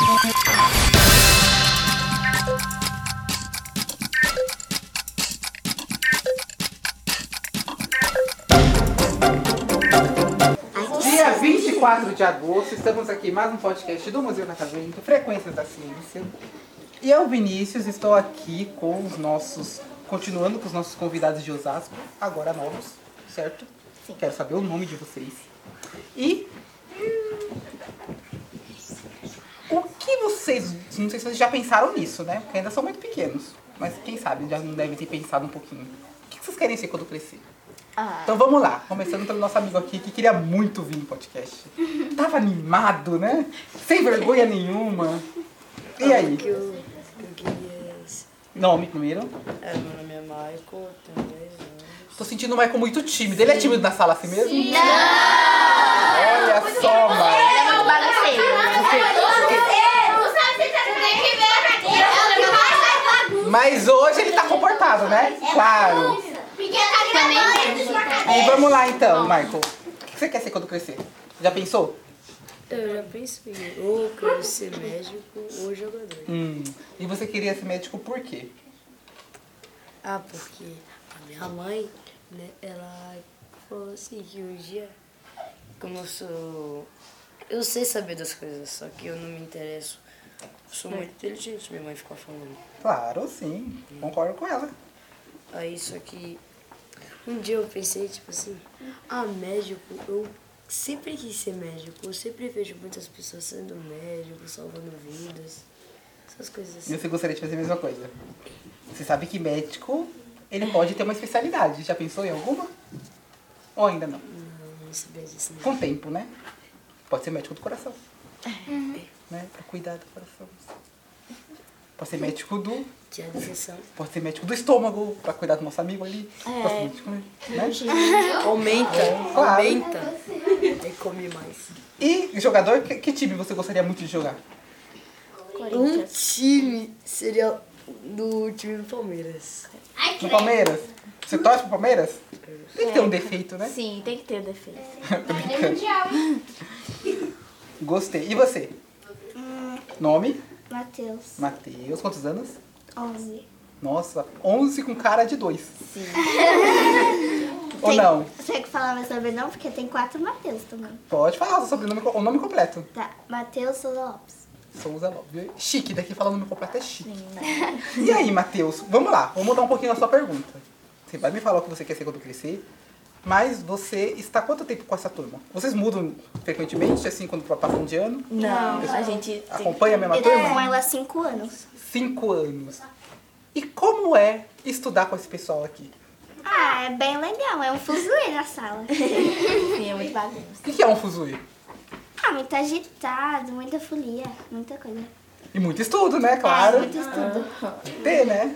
Dia 24 de agosto, estamos aqui em mais um podcast do Museu Catavento, Frequências da Ciência. E eu, Vinícius, estou aqui com os nossos, continuando com os nossos convidados de Osasco, agora novos, certo? Sim. Quero saber o nome de vocês. E o que vocês, não sei se vocês já pensaram nisso, né? Porque ainda são muito pequenos, mas quem sabe já não devem ter pensado um pouquinho. O que vocês querem ser quando crescer? Então vamos lá, começando pelo nosso amigo aqui que queria muito vir no podcast. Tava animado, né? Sem vergonha nenhuma. E aí? Eu queria... Nome primeiro. Meu nome é Michael, tenho 10 anos. Tô sentindo o Michael muito tímido. Ele é tímido na sala assim mesmo? Não! Olha só, Michael. Ele é muito bagunceiro. Mas hoje ele tá comportado, né? Claro. E vamos lá então, Michael. O que você quer ser quando crescer? Já pensou? Eu já pensei, ou quero ser médico ou jogador. E você queria ser médico por quê? Porque a minha mãe, né, ela falou assim que um dia, como eu sei saber das coisas, só que eu não me interesso. Eu sou muito inteligente, minha mãe ficou falando. Claro, sim. Concordo com ela. Aí, só que um dia eu pensei, tipo assim, médico, eu sempre quis ser médico. Eu sempre vejo muitas pessoas sendo médicos, salvando vidas, essas coisas assim. E você gostaria de fazer a mesma coisa? Você sabe que médico, ele pode ter uma especialidade. Já pensou em alguma? Ou ainda não? Não sabia disso, não. Com o tempo, né? Pode ser médico do coração. Né? Pra cuidar do coração. Pode ser médico do... De adição. Pode ser médico do estômago, pra cuidar do nosso amigo ali. Pode ser médico, né? Aumenta, claro. aumenta. Aí come mais. E jogador, que time você gostaria muito de jogar? Um time seria do time do Palmeiras. No Palmeiras? Você torce pro Palmeiras? Tem que ter um defeito, né? Sim, tem que ter defeito. Tô brincando. Gostei. E você? Nome? Matheus, Matheus. Quantos anos? 11. Nossa, 11 com cara de 2. Sim. Ou não? Você que falar meu sobrenome, porque tem 4 Matheus também. Pode falar o sobrenome, o nome completo. Tá, Matheus Souza Lopes. Souza Lopes. Chique, daqui falar o nome completo é chique. Sim, né? E aí, Matheus? Vamos lá, vamos mudar um pouquinho a sua pergunta. Você vai me falar o que você quer ser quando crescer, mas você está há quanto tempo com essa turma? Vocês mudam frequentemente, assim, quando passam de ano? Não, a gente... Acompanha a mesma Eu tô com turma? ela há 5 anos. 5 anos. E como é estudar com esse pessoal aqui? É bem legal, é um fuzuê na sala. Sim, é muito bagunça. O que é um fuzuê? Muito agitado, muita folia, muita coisa. E muito estudo, né? Claro. Muito estudo. Tem, né?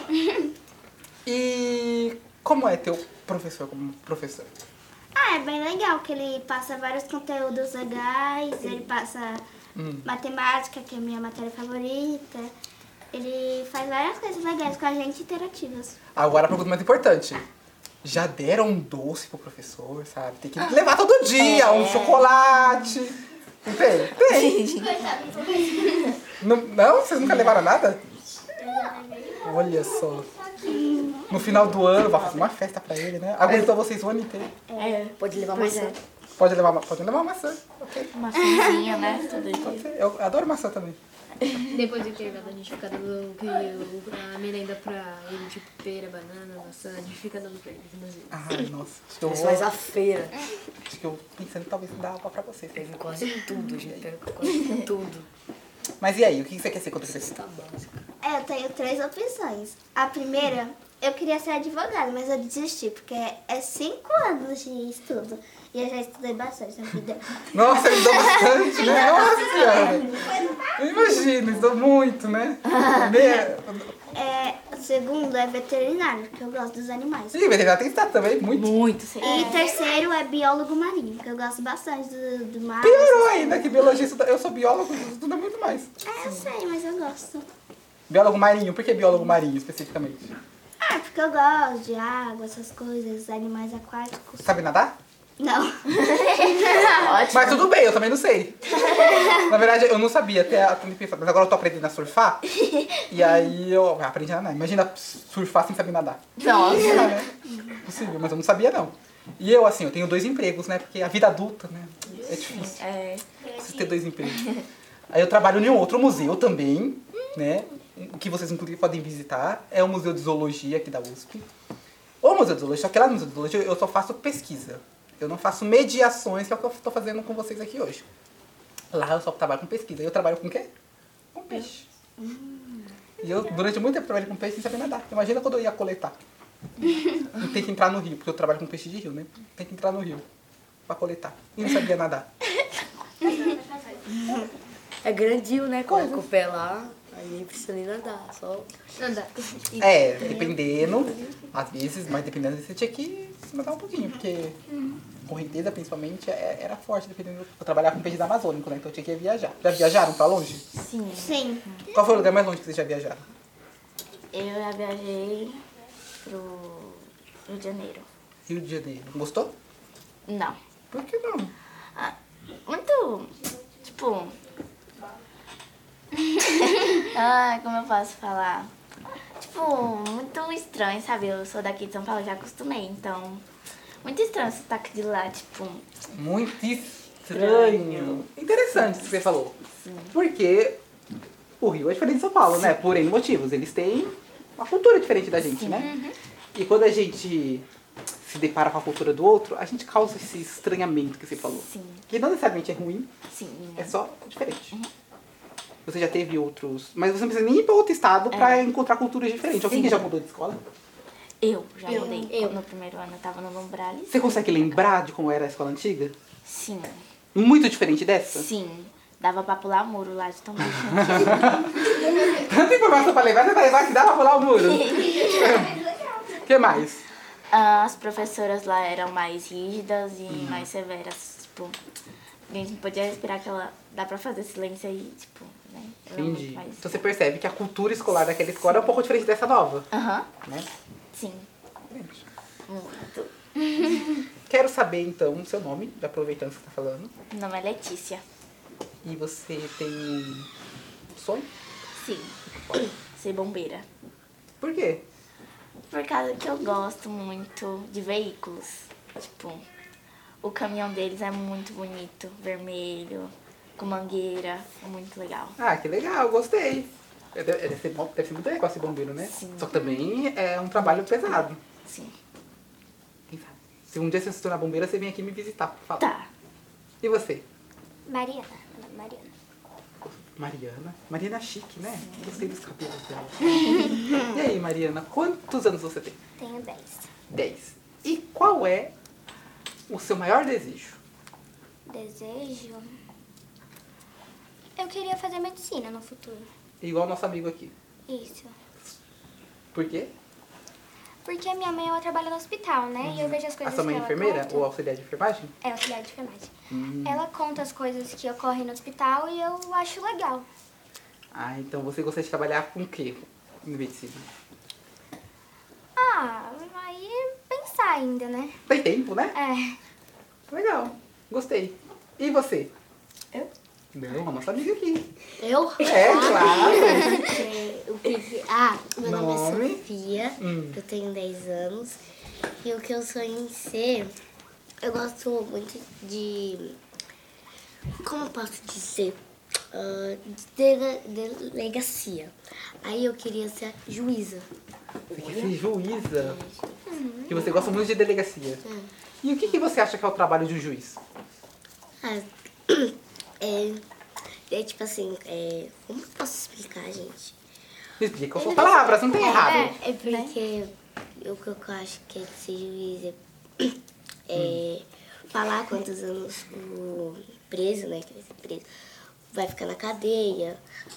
E como é teu professor como professor? É bem legal, que ele passa vários conteúdos legais, ele passa matemática, que é a minha matéria favorita. Ele faz várias coisas legais com a gente, interativas. Agora a pergunta mais importante. Já deram um doce pro professor, sabe? Tem que levar todo dia, um chocolate. Não tem? Tem. Não? Vocês nunca levaram nada? Olha só. No final do ano, vai fazer uma festa pra ele, né? Aguentou vocês o ano inteiro. Pode levar maçã. Pode levar maçã. Ok. Maçãzinha, né? Tudo isso. Pode ser. Eu adoro maçã também. Depois do intervalo a gente fica dando a merenda pra ele, tipo pera, banana, maçã, a gente fica dando pra eles. Ai, nossa. Acho que eu Isso vou... faz a feira. Acho que eu pensando em talvez dar água pra vocês. Pega quase tudo, a gente pega quase tudo. Mas e aí, o que você quer ser quando crescer? Tá básico. Eu tenho 3 opções. A primeira, eu queria ser advogada, mas eu desisti, porque é 5 anos de estudo. E eu já estudei bastante na vida. Nossa, ele estudou bastante, né? Nossa senhora. Eu imagino, estudou muito, né? O segundo é veterinário, porque eu gosto dos animais. Ih, veterinário tem que estar também, muito. Muito, sim. E terceiro é biólogo marinho, porque eu gosto bastante do mar. Piorou ainda, que biologista, eu sou biólogo, estuda muito mais. Eu sei, mas eu gosto. Biólogo marinho, por que biólogo marinho especificamente? Porque eu gosto de água, essas coisas, animais aquáticos. Sabe nadar? Não. Ótimo. Mas tudo bem, eu também não sei. Na verdade, eu não sabia até me pensar. Mas agora eu tô aprendendo a surfar. E aí eu aprendi a nadar. Imagina surfar sem saber nadar. Nossa. Né? Possível, mas eu não sabia não. E eu, assim, eu tenho 2 empregos, né? Porque a vida adulta, né? É difícil. É. Preciso ter 2 empregos. Aí eu trabalho em um outro museu também, né? Que vocês inclusive podem visitar. É o Museu de Zoologia aqui da USP. O Museu de Zoologia, só que lá no Museu de Zoologia eu só faço pesquisa. Eu não faço mediações, que é o que eu tô fazendo com vocês aqui hoje. Lá eu só trabalho com pesquisa. Eu trabalho com o quê? Com peixe. E eu, durante muito tempo, trabalhei com peixe sem saber nadar. Imagina quando eu ia coletar. E tem que entrar no rio, porque eu trabalho com peixe de rio, né? Tem que entrar no rio pra coletar. E não sabia nadar. É grandinho, né? Coloca o pé lá, aí nem precisa nem nadar, só... Andar. É, dependendo, às vezes, mas dependendo, você tinha que nadar um pouquinho, porque correnteza, principalmente, era forte, dependendo. Eu trabalhava com peixe da Amazônico, né? Então eu tinha que viajar. Já viajaram pra longe? Sim. Sim. Qual foi o lugar mais longe que vocês já viajaram? Eu já viajei pro Rio de Janeiro. Rio de Janeiro. Gostou? Não. Por que não? Muito, tipo... como eu posso falar? Tipo, muito estranho, sabe? Eu sou daqui de São Paulo, já acostumei, então... Muito estranho o sotaque de lá, tipo... Muito estranho. Interessante isso que você falou. Porque o Rio é diferente de São Paulo, né? Por N motivos. Eles têm uma cultura diferente da gente, né? E quando a gente se depara com a cultura do outro, a gente causa esse estranhamento que você falou. Sim. Que não necessariamente é ruim, Sim. é só diferente. Você já teve outros... Mas você não precisa nem ir para outro estado para encontrar culturas diferentes. Alguém que já mudou de escola? Eu já mudei. No primeiro ano eu tava no Lombrales. Você consegue lembrar de como era a escola antiga? Sim. Muito diferente dessa? Sim. Dava pra pular muro lá de tão baixo. Tanta informação pra levar, você vai levar que dá pra pular o muro. O que mais? As professoras lá eram mais rígidas e mais severas. Tipo, a gente não podia respirar aquela... Dá pra fazer silêncio aí, tipo, né? Era muito Entendi. mais- Então você percebe que a cultura escolar daquela escola é um pouco diferente dessa nova, Aham. né? Sim. Muito. Quero saber, então, o seu nome, já aproveitando que você tá falando. Meu nome é Letícia. E você tem um sonho? Sim. Ser bombeira. Por quê? Por causa que eu gosto muito de veículos. Tipo, o caminhão deles é muito bonito, vermelho, com mangueira, é muito legal. Ah, que legal, gostei. Deve ser muito legal ser bombeiro, né? Sim. Só que também é um trabalho pesado. Sim. Quem sabe? Se um dia você se tornar bombeira, você vem aqui me visitar pra falar. Tá. E você? Mariana. Meu nome é Mariana. Mariana. Mariana é chique, né? Gostei dos cabelos dela. E aí, Mariana, quantos anos você tem? Tenho 10. 10. E qual é o seu maior desejo? Desejo? Eu queria fazer medicina no futuro. Igual nosso amigo aqui. Isso. Por quê? Porque a minha mãe, ela trabalha no hospital, né? E eu vejo as A coisas sua mãe é que ela enfermeira conta. ou auxiliar de enfermagem? É auxiliar de enfermagem. Ela conta as coisas que ocorrem no hospital e eu acho legal. Ah, então você gostaria de trabalhar com o quê em medicina? Ah, aí pensar ainda, né? Tem tempo, né? É. Legal. Gostei. E você? Eu? Não, a nossa amiga aqui. Eu? É, claro. Meu nome Nome? é Sofia, eu tenho 10 anos. E o que eu sonho em ser, eu gosto muito de... Como eu posso dizer? De delegacia. Aí eu queria ser juíza. Você quer ser juíza. E você gosta muito de delegacia. E o que você acha que é o trabalho de um juiz? Ah, é tipo assim, como eu posso explicar, gente? Explica com suas palavras, não tem errado. É porque o que eu acho que é de ser juiz é falar quantos anos o preso, né, que vai ser preso, vai ficar na cadeia,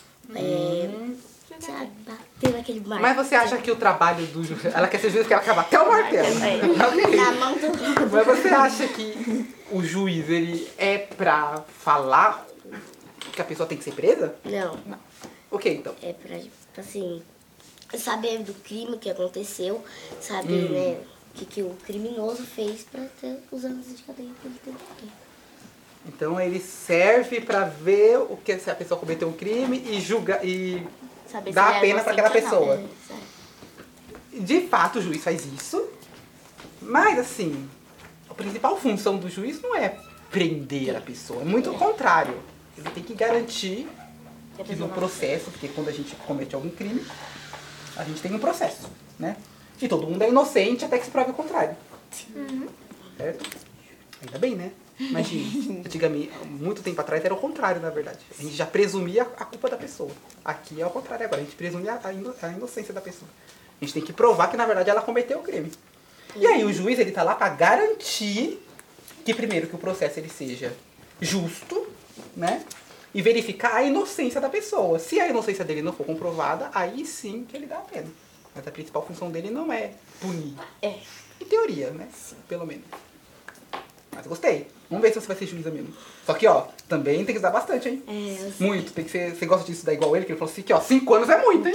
sabe, bater naquele martelo. Mas você acha que o trabalho do juiz... Ela quer ser juiz porque ela quer bater o martelo. Na mão do... Mas você acha que o juiz, ele é pra falar que a pessoa tem que ser presa? Não, O que então? é pra, tipo assim, saber do crime que aconteceu, saber, né, que o criminoso fez pra ter os anos de cadeia que ele teve que ter. Então ele serve pra ver o que se a pessoa cometeu um crime e julgar e Saber dar se a ele é pena pra aquela inocente ou não. pessoa. De fato, o juiz faz isso, mas assim, a principal função do juiz não é prender a pessoa, é muito ao contrário. Ele tem que garantir que no processo, porque quando a gente comete algum crime, a gente tem um processo, né? E todo mundo é inocente até que se prove o contrário. Certo? Ainda bem, né? Imagina, antigamente, muito tempo atrás era o contrário, na verdade. A gente já presumia a culpa da pessoa. Aqui é o contrário agora, a gente presume a inocência da pessoa. A gente tem que provar que, na verdade, ela cometeu o crime. E aí o juiz, ele tá lá pra garantir que, primeiro, que o processo ele seja justo, né? E verificar a inocência da pessoa. Se a inocência dele não for comprovada, aí sim que ele dá a pena. Mas a principal função dele não é punir. É. Em teoria, né? Pelo menos. Mas gostei. Vamos ver se você vai ser juíza mesmo. Só que, ó, também tem que estudar bastante, hein? Muito. Tem que ser. Você gosta de estudar igual ele, que ele falou assim que, ó, 5 anos é muito, hein?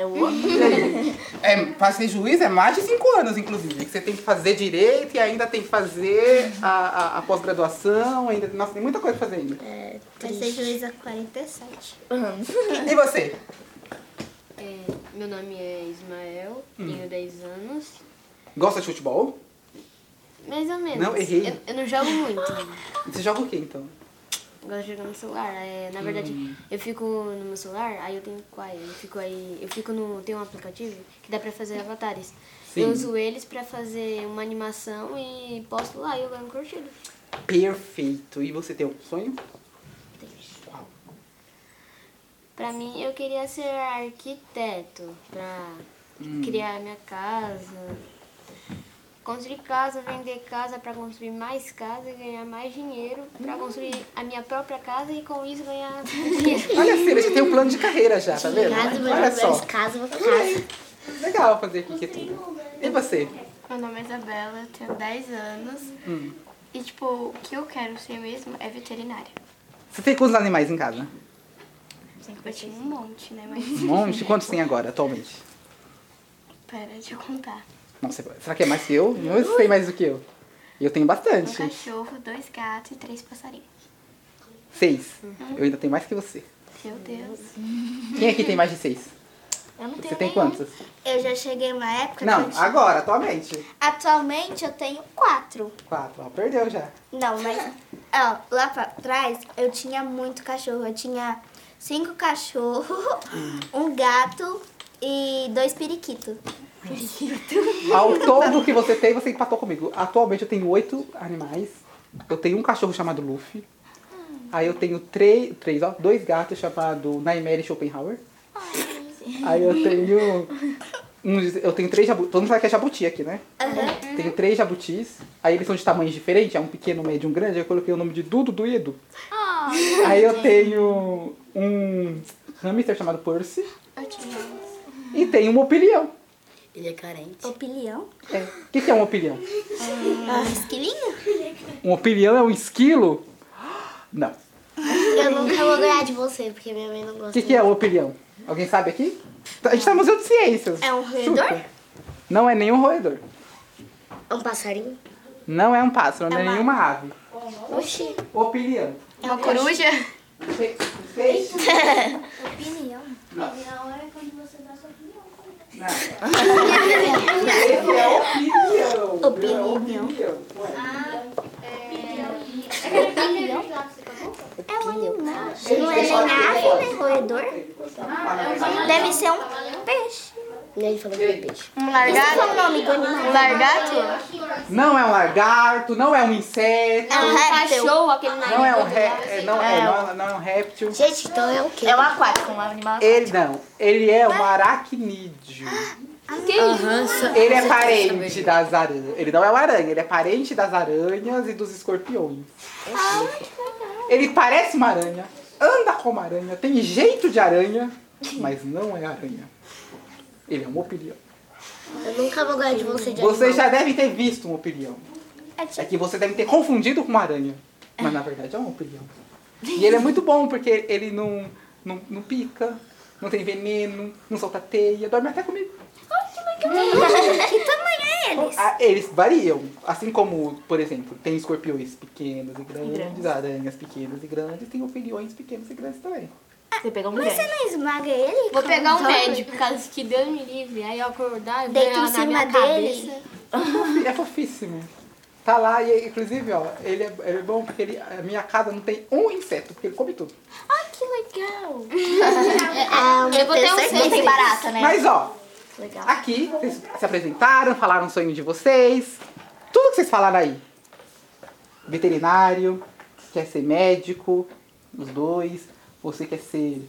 Pra ser juiz é mais de 5 anos, inclusive. Que você tem que fazer direito e ainda tem que fazer a pós-graduação. Ainda, nossa, tem muita coisa pra fazer ainda. Vai ser juiz a 47. E você? Meu nome é Ismael, tenho 10 anos. Gosta de futebol? Mais ou menos. Não, errei. Eu não jogo muito. Você joga o quê, então? Gosto de jogar no celular. Na verdade, eu fico no meu celular, aí eu tenho tem um aplicativo que dá pra fazer avatares. Sim. Eu uso eles pra fazer uma animação e posto lá e eu ganho curtido. Perfeito. E você tem algum sonho? Qual? Pra mim, eu queria ser arquiteto, pra criar minha casa, construir casa, vender casa pra construir mais casa e ganhar mais dinheiro, pra construir a minha própria casa e com isso ganhar dinheiro. Olha, filha, você tem um plano de carreira já, tá vendo? Olha só. Casa. Legal fazer aqui que é tudo. E você? Meu nome é Isabela, eu tenho 10 anos. E, tipo, o que eu quero ser mesmo é veterinária. Você tem quantos animais em casa? Eu tinha um monte, né? Mas, Um monte? Quantos tem agora, atualmente? pera, deixa eu contar. Nossa, será que é mais que eu? Não sei mais do que eu. Eu tenho Um bastante. cachorro, 2 gatos e 3 passarinhos. 6. Eu ainda tenho mais que você. Meu Deus. Quem aqui tem mais de 6? Eu não tenho Você tem nenhum. quantos? Eu já cheguei uma época Não, que eu tinha... agora, atualmente. Atualmente eu tenho 4. 4. Ó, perdeu já. Não, mas ó, lá pra trás eu tinha muito cachorro. Eu tinha 5 cachorros, um gato e 2 periquitos. Ao todo que você empatou comigo. Atualmente eu tenho 8 animais. Eu tenho um cachorro chamado Luffy. Aí eu tenho 2 gatos chamados Nightmare e Schopenhauer. Aí eu tenho eu tenho 3 jabutis. Todo mundo sabe que é jabuti aqui, né? Tenho 3 jabutis. Aí eles são de tamanhos diferentes. É um pequeno, um médio e um grande. Aí eu coloquei o nome de Dudu, Dudu e Edu. Aí eu tenho um hamster chamado Percy. E tenho um opilião. Ele é carente. Opilião? É. O que é um opilião? Esquilinho? Um opilião é um esquilo? Não. Eu nunca vou ganhar de você, porque minha mãe não gosta. O que é um opilião? Alguém sabe aqui? A gente tá no Museu de Ciências. É um roedor? Chuta. Não é nenhum roedor. É um passarinho? Não é um pássaro, não é nenhuma ave. Oxi. Opilião. É uma coruja? Peixe? Opinião. Não. Opinião é quando você dá sua opinião. Não. Esse é opinião. Opinião. É um animal. Não é nem ave, nem roedor. Deve ser um peixe. Ele falou que é peixe. Um Qual largato? é o nome do animal? Largato? Não é um lagarto, não é um inseto. É um réptil. Cachorro, aquele nariz. Não é um réptil. Não é um réptil. Gente, então é o quê? É um aquático, um animal aquático. Ele não. Ele é um aracnídeo. Ele é parente das aranhas. Ele não é uma aranha, ele é parente das aranhas e dos escorpiões. Ele parece uma aranha, anda como aranha, tem jeito de aranha, mas não é aranha. Ele é um opilião. Eu nunca vou ganhar de você de Você animal. já deve ter visto um opilião. É que você deve ter confundido com uma aranha. Mas na verdade é um opilião. E ele é muito bom porque ele não pica, não tem veneno, não solta teia, dorme até comigo. Que tamanho é eles. Eles variam. Assim como, por exemplo, tem escorpiões pequenos e grandes, aranhas pequenas e grandes, tem opiniões pequenas e grandes também. Você pegou um Mas grande. você não esmaga ele? Vou com pegar um os médico, por causa que Deus me livre. Aí eu acordar e Deita ver em ela na minha cima dele. cabeça. É fofíssimo. Tá lá e, inclusive, ó, ele é bom porque a minha casa não tem um inseto, porque ele come tudo. Ah, que legal. Eu vou ter um certeza. Não tem barata, né? Mas, ó, Legal. aqui, vocês se apresentaram, falaram o sonho de vocês. Tudo que vocês falaram aí. Veterinário, quer ser médico, os dois. Você quer ser...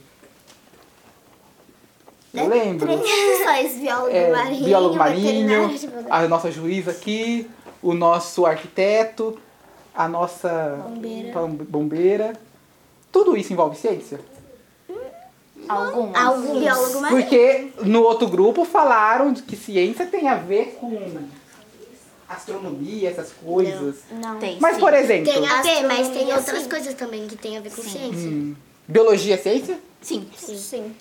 Eu lembro. Três opções, biólogo marinho, biólogo marinho, veterinário, advogado. a nossa juíza aqui, o nosso arquiteto, a nossa bombeira. Tudo isso envolve ciência? Alguns. Biólogo marinho. Porque no outro grupo falaram de que ciência tem a ver com astronomia, essas coisas. Não. Tem, Mas, sim. por exemplo, Tem a ver, mas tem Astronomia, outras sim. coisas também que tem a ver com ciência. biologia é ciência? Sim. Sim.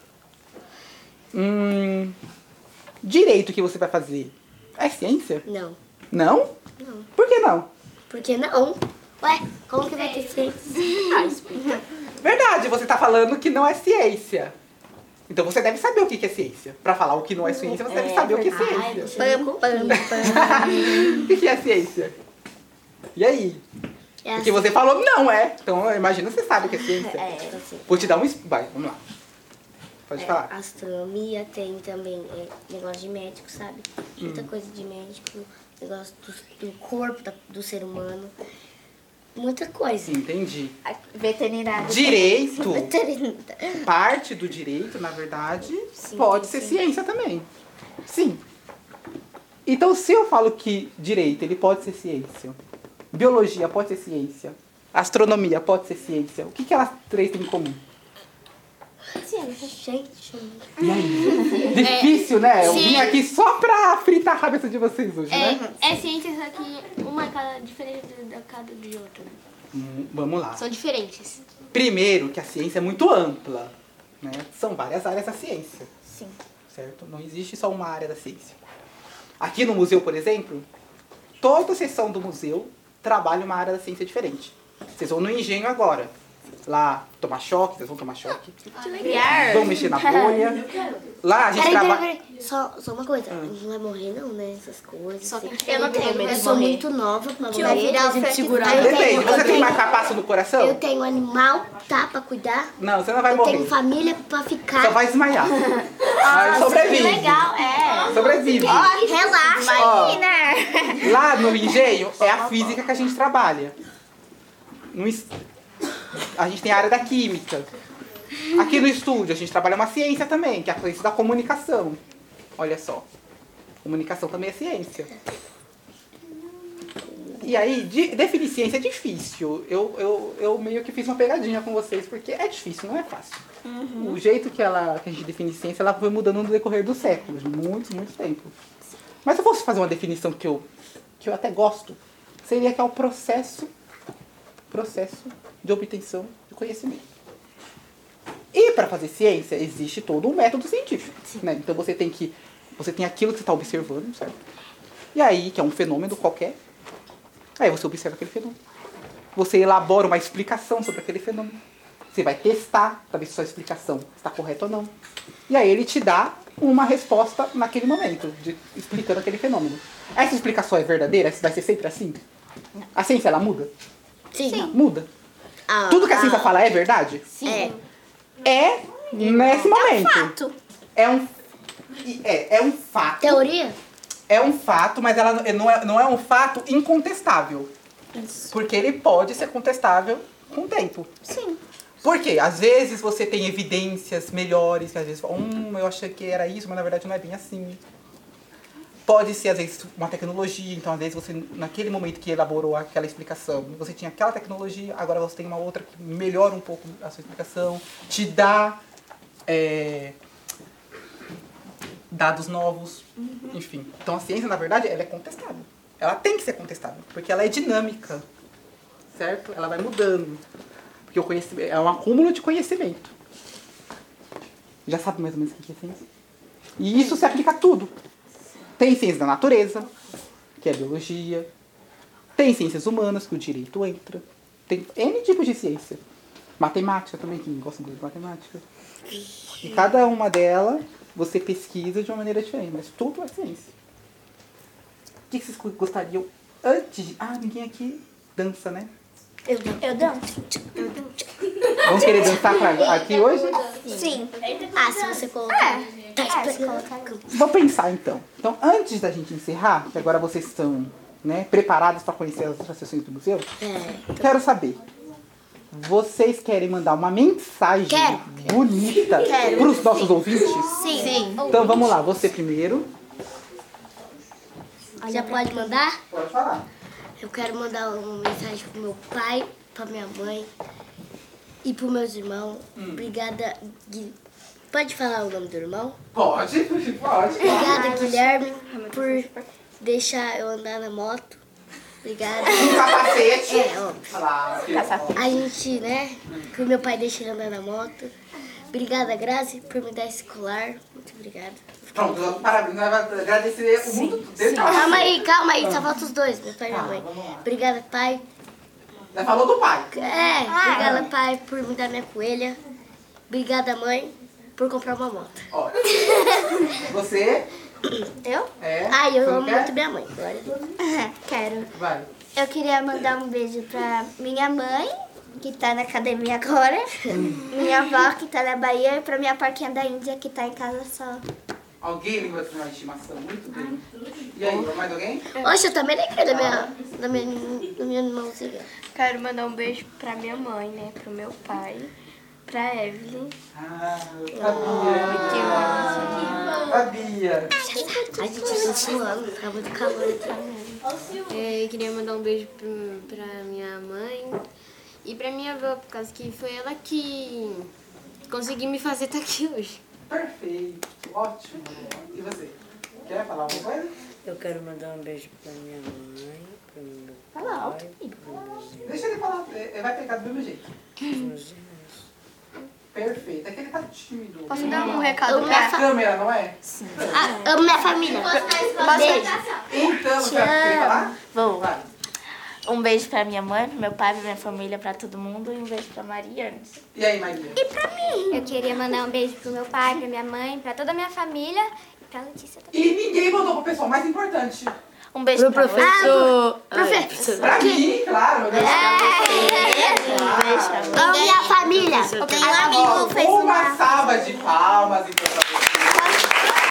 Direito que você vai fazer é ciência? Não. Não? Não. Por que não? Por que não? Ué, como que vai ter ciência? Verdade, você tá falando que não é ciência. Então você deve saber o que que é ciência. Pra falar o que não é ciência, você deve saber o que é ciência. O que é ciência? E aí? É Porque você falou não é. Então eu imagino que você sabe o que é ciência. assim. Vou te dar um... Vai, vamos lá. Pode falar. Astronomia tem também negócio de médico, sabe? Muita coisa de médico, negócio do corpo do ser humano. Muita coisa. Entendi. Veterinário. Direito. Parte do direito, na verdade, pode ser ciência também. Sim. Então, se eu falo que direito, ele pode ser ciência. Biologia pode ser ciência. Astronomia pode ser ciência. O que elas três têm em comum? Gente. E aí? Difícil, né? Eu vim aqui só pra fritar a cabeça de vocês hoje, né? É ciência, só que uma é diferente da cada de outra. Vamos lá. São diferentes. Primeiro, que a ciência é muito ampla, né? São várias áreas da ciência. Sim. Certo? Não existe só uma área da ciência. Aqui no museu, por exemplo, toda seção do museu trabalha uma área da ciência diferente. Vocês vão no engenho agora. Lá, tomar choque, vocês vão tomar choque. Vão mexer na bolha. Lá a gente trabalha... Peraí. Só uma coisa. A gente não vai morrer não, né? Essas coisas. Só que Eu não tenho medo Eu de sou morrer. muito nova pra vai morrer. virar o gente Frank segurar. Depende, você tem marca-passo no coração? Eu tenho animal, tá? Pra cuidar. Não, você não vai Eu morrer. tenho família pra ficar. Só vai desmaiar. Mas sobrevive. Legal, é. Sobrevive. Relaxa, Ó, menina. lá no engenho é a física que a gente trabalha. A gente tem a área da química. Aqui no estúdio a gente trabalha uma ciência também, que é a ciência da comunicação. Olha só. Comunicação também é ciência. E aí, definir ciência é difícil. Eu meio que fiz uma pegadinha com vocês, porque é difícil, não é fácil. O jeito que a gente define ciência, ela foi mudando no decorrer dos séculos, muito tempo. Mas se eu fosse fazer uma definição que eu até gosto, seria que é o processo de obtenção de conhecimento. E para fazer ciência, existe todo um método científico. Né? Então você tem aquilo que você está observando, certo? E aí, que é um fenômeno qualquer, aí você observa aquele fenômeno. Você elabora uma explicação sobre aquele fenômeno. Você vai testar para ver se sua explicação está correta ou não. E aí ele te dá uma resposta naquele momento, explicando aquele fenômeno. Essa explicação é verdadeira? Vai ser sempre assim? A ciência, ela muda? Sim. Muda. Tudo que a ciência fala é verdade? Sim. É nesse momento. Fato. É um fato. Teoria? É um fato, mas ela não é um fato incontestável. Porque ele pode ser contestável com o tempo. Sim. Por quê? Às vezes você tem evidências melhores, que às vezes eu achei que era isso, mas na verdade não é bem assim. Pode ser, às vezes, uma tecnologia, então às vezes você, naquele momento que elaborou aquela explicação, você tinha aquela tecnologia, agora você tem uma outra que melhora um pouco a sua explicação, te dá dados novos, enfim. Então a ciência, na verdade, ela é contestável. Ela tem que ser contestável, porque ela é dinâmica, certo? Ela vai mudando, porque o conhecimento é um acúmulo de conhecimento. Já sabe mais ou menos o que é ciência? E isso se aplica a tudo. Tem ciências da natureza, que é a biologia. Tem ciências humanas, que o direito entra. Tem N tipos de ciência. Matemática também, quem gosta muito de matemática. E cada uma delas você pesquisa de uma maneira diferente, mas tudo é ciência. O que vocês gostariam antes de... ninguém aqui dança, né? Eu danço. Vamos querer dançar aqui hoje? Sim. Se você colocar... Vou pensar então. Então, antes da gente encerrar, que agora vocês estão, né, preparados para conhecer as atrações do museu, quero saber. Vocês querem mandar uma mensagem bonita para os nossos ouvintes? Sim. Então vamos lá, você primeiro. Já pode mandar? Pode falar. Eu quero mandar uma mensagem pro meu pai, pra minha mãe e pros meus irmãos. Obrigada, Pode falar o nome do irmão? Pode. Obrigada, Guilherme, por deixar eu andar na moto. Obrigada. Um capacete. Óbvio. A gente, né, que o meu pai deixa ele andar na moto. Obrigada, Grazi, por me dar esse colar. Muito obrigada. Pronto, parabéns. Nós vamos agradecer o mundo dele. Calma aí, só falta os dois, meu pai e minha mãe. Obrigada, pai. Já falou do pai. Obrigada, pai, por me dar minha coelha. Obrigada, mãe, por comprar uma moto. Ó. Você? Eu? Eu amo muito minha mãe. Glória a Deus. Quero. Vai. Eu queria mandar um beijo pra minha mãe, que tá na academia agora. Minha avó, que tá na Bahia. E pra minha porquinha da Índia, que tá em casa só. Alguém lembra de uma estimação? Muito bem. E aí, mais alguém? Oxe, eu também lembrei da minha irmãozinha. Quero mandar um beijo pra minha mãe, né? Pro meu pai, pra Evelyn. Sabia. A gente tá suando, tá muito calor aqui. Eu queria mandar um beijo pra minha mãe e pra minha avó, por causa que foi ela que conseguiu me fazer estar aqui hoje. Perfeito. Ótimo. E você? Quer falar alguma coisa? Eu quero mandar um beijo pra minha mãe, pro meu pai, pros meus irmãos, Deixa ele falar. Ele vai pegar do mesmo jeito. pros meus irmãos. Perfeito. É que ele tá tímido. Posso dar um recado É a câmera, não é? Amo minha família. Beijo. Então, você vai querer falar? Vou. Vai. Um beijo pra minha mãe, pro meu pai, pra minha família, pra todo mundo. E um beijo pra Mariane. E aí, Maria? Eu queria mandar um beijo pro meu pai, pra minha mãe, pra toda a minha família e pra Letícia também. E ninguém mandou pro pessoal mais importante. Um beijo pra você. Professor. Pra mim, claro. Amo minha família. Tem um amigo que fez Uma salva de palmas, então.